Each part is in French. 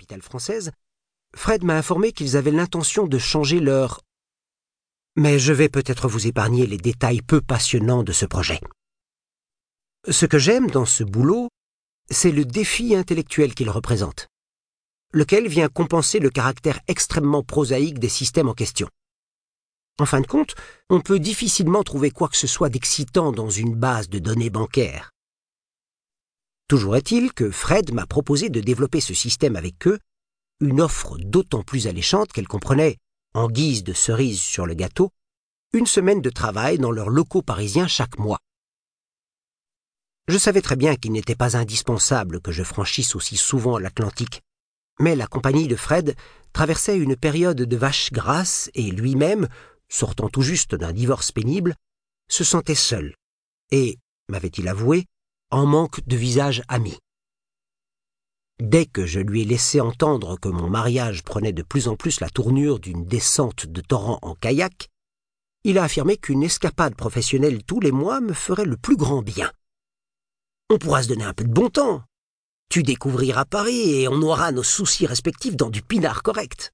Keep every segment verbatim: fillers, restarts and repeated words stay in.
capitale française, Fred m'a informé qu'ils avaient l'intention de changer leur... Mais je vais peut-être vous épargner les détails peu passionnants de ce projet. Ce que j'aime dans ce boulot, c'est le défi intellectuel qu'il représente, lequel vient compenser le caractère extrêmement prosaïque des systèmes en question. En fin de compte, on peut difficilement trouver quoi que ce soit d'excitant dans une base de données bancaires. Toujours est-il que Fred m'a proposé de développer ce système avec eux, une offre d'autant plus alléchante qu'elle comprenait, en guise de cerise sur le gâteau, une semaine de travail dans leurs locaux parisiens chaque mois. Je savais très bien qu'il n'était pas indispensable que je franchisse aussi souvent l'Atlantique, mais la compagnie de Fred traversait une période de vache grasse et lui-même, sortant tout juste d'un divorce pénible, se sentait seul et, m'avait-il avoué, en manque de visage ami. Dès que je lui ai laissé entendre que mon mariage prenait de plus en plus la tournure d'une descente de torrent en kayak, il a affirmé qu'une escapade professionnelle tous les mois me ferait le plus grand bien. On pourra se donner un peu de bon temps. Tu découvriras Paris et on aura nos soucis respectifs dans du pinard correct.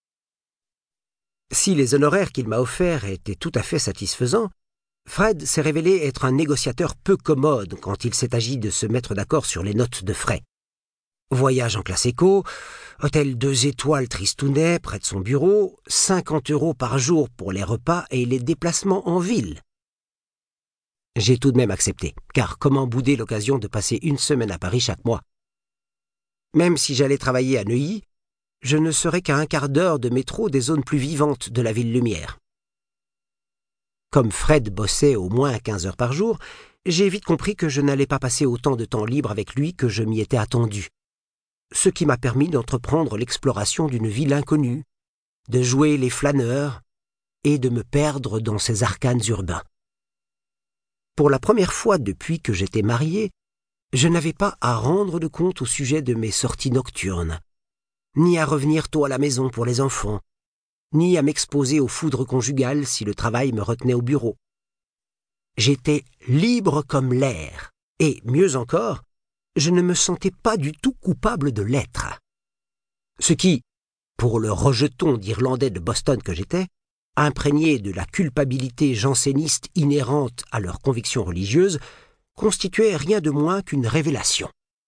Si les honoraires qu'il m'a offerts étaient tout à fait satisfaisants, Fred s'est révélé être un négociateur peu commode quand il s'est agi de se mettre d'accord sur les notes de frais. Voyage en classe éco, hôtel deux étoiles Tristounet près de son bureau, cinquante euros par jour pour les repas et les déplacements en ville. J'ai tout de même accepté, car comment bouder l'occasion de passer une semaine à Paris chaque mois? Même si j'allais travailler à Neuilly, je ne serais qu'à un quart d'heure de métro des zones plus vivantes de la ville lumière. Comme Fred bossait au moins quinze heures par jour, j'ai vite compris que je n'allais pas passer autant de temps libre avec lui que je m'y étais attendu, ce qui m'a permis d'entreprendre l'exploration d'une ville inconnue, de jouer les flâneurs et de me perdre dans ses arcanes urbains. Pour la première fois depuis que j'étais marié, je n'avais pas à rendre de compte au sujet de mes sorties nocturnes, ni à revenir tôt à la maison pour les enfants, ni à m'exposer aux foudres conjugales si le travail me retenait au bureau. J'étais libre comme l'air, et, mieux encore, je ne me sentais pas du tout coupable de l'être. Ce qui, pour le rejeton d'Irlandais de Boston que j'étais, imprégné de la culpabilité janséniste inhérente à leurs convictions religieuses, constituait rien de moins qu'une révélation.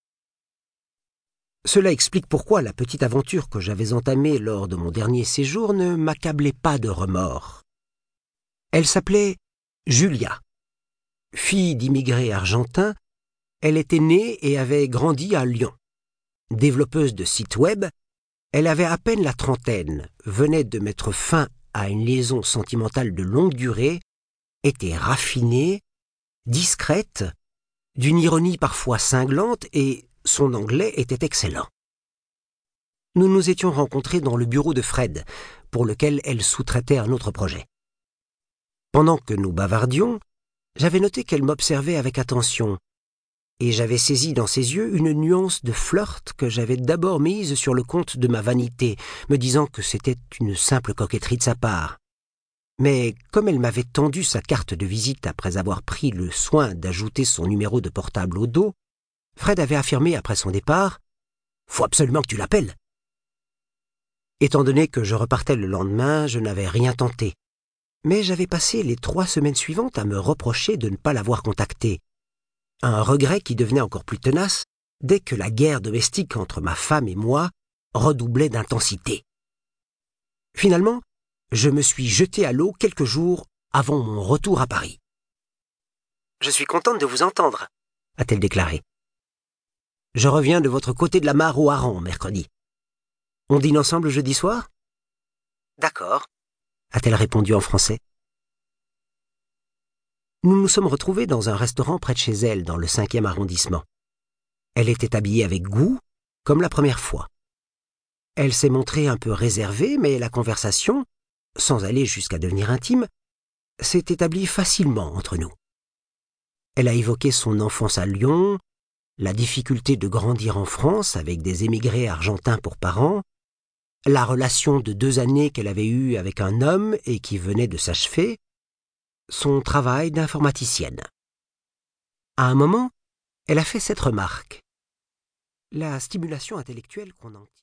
Cela explique pourquoi la petite aventure que j'avais entamée lors de mon dernier séjour ne m'accablait pas de remords. Elle s'appelait Julia. Fille d'immigrés argentins, elle était née et avait grandi à Lyon. Développeuse de sites web, elle avait à peine la trentaine, venait de mettre fin à une liaison sentimentale de longue durée, était raffinée, discrète, d'une ironie parfois cinglante et son anglais était excellent. Nous nous étions rencontrés dans le bureau de Fred, pour lequel elle sous-traitait un autre projet. Pendant que nous bavardions, j'avais noté qu'elle m'observait avec attention, et j'avais saisi dans ses yeux une nuance de flirt que j'avais d'abord mise sur le compte de ma vanité, me disant que c'était une simple coquetterie de sa part. Mais comme elle m'avait tendu sa carte de visite après avoir pris le soin d'ajouter son numéro de portable au dos, Fred avait affirmé après son départ « Faut absolument que tu l'appelles !» Étant donné que je repartais le lendemain, je n'avais rien tenté. Mais j'avais passé les trois semaines suivantes à me reprocher de ne pas l'avoir contactée. Un regret qui devenait encore plus tenace dès que la guerre domestique entre ma femme et moi redoublait d'intensité. Finalement, je me suis jeté à l'eau quelques jours avant mon retour à Paris. « Je suis contente de vous entendre », a-t-elle déclaré. « Je reviens de votre côté de la mare au hareng mercredi. On dîne ensemble jeudi soir ?»« D'accord », a-t-elle répondu en français. Nous nous sommes retrouvés dans un restaurant près de chez elle, dans le cinquième arrondissement. Elle était habillée avec goût, comme la première fois. Elle s'est montrée un peu réservée, mais la conversation, sans aller jusqu'à devenir intime, s'est établie facilement entre nous. Elle a évoqué son enfance à Lyon, la difficulté de grandir en France avec des émigrés argentins pour parents, la relation de deux années qu'elle avait eue avec un homme et qui venait de s'achever, son travail d'informaticienne. À un moment, elle a fait cette remarque. La stimulation intellectuelle qu'on en tire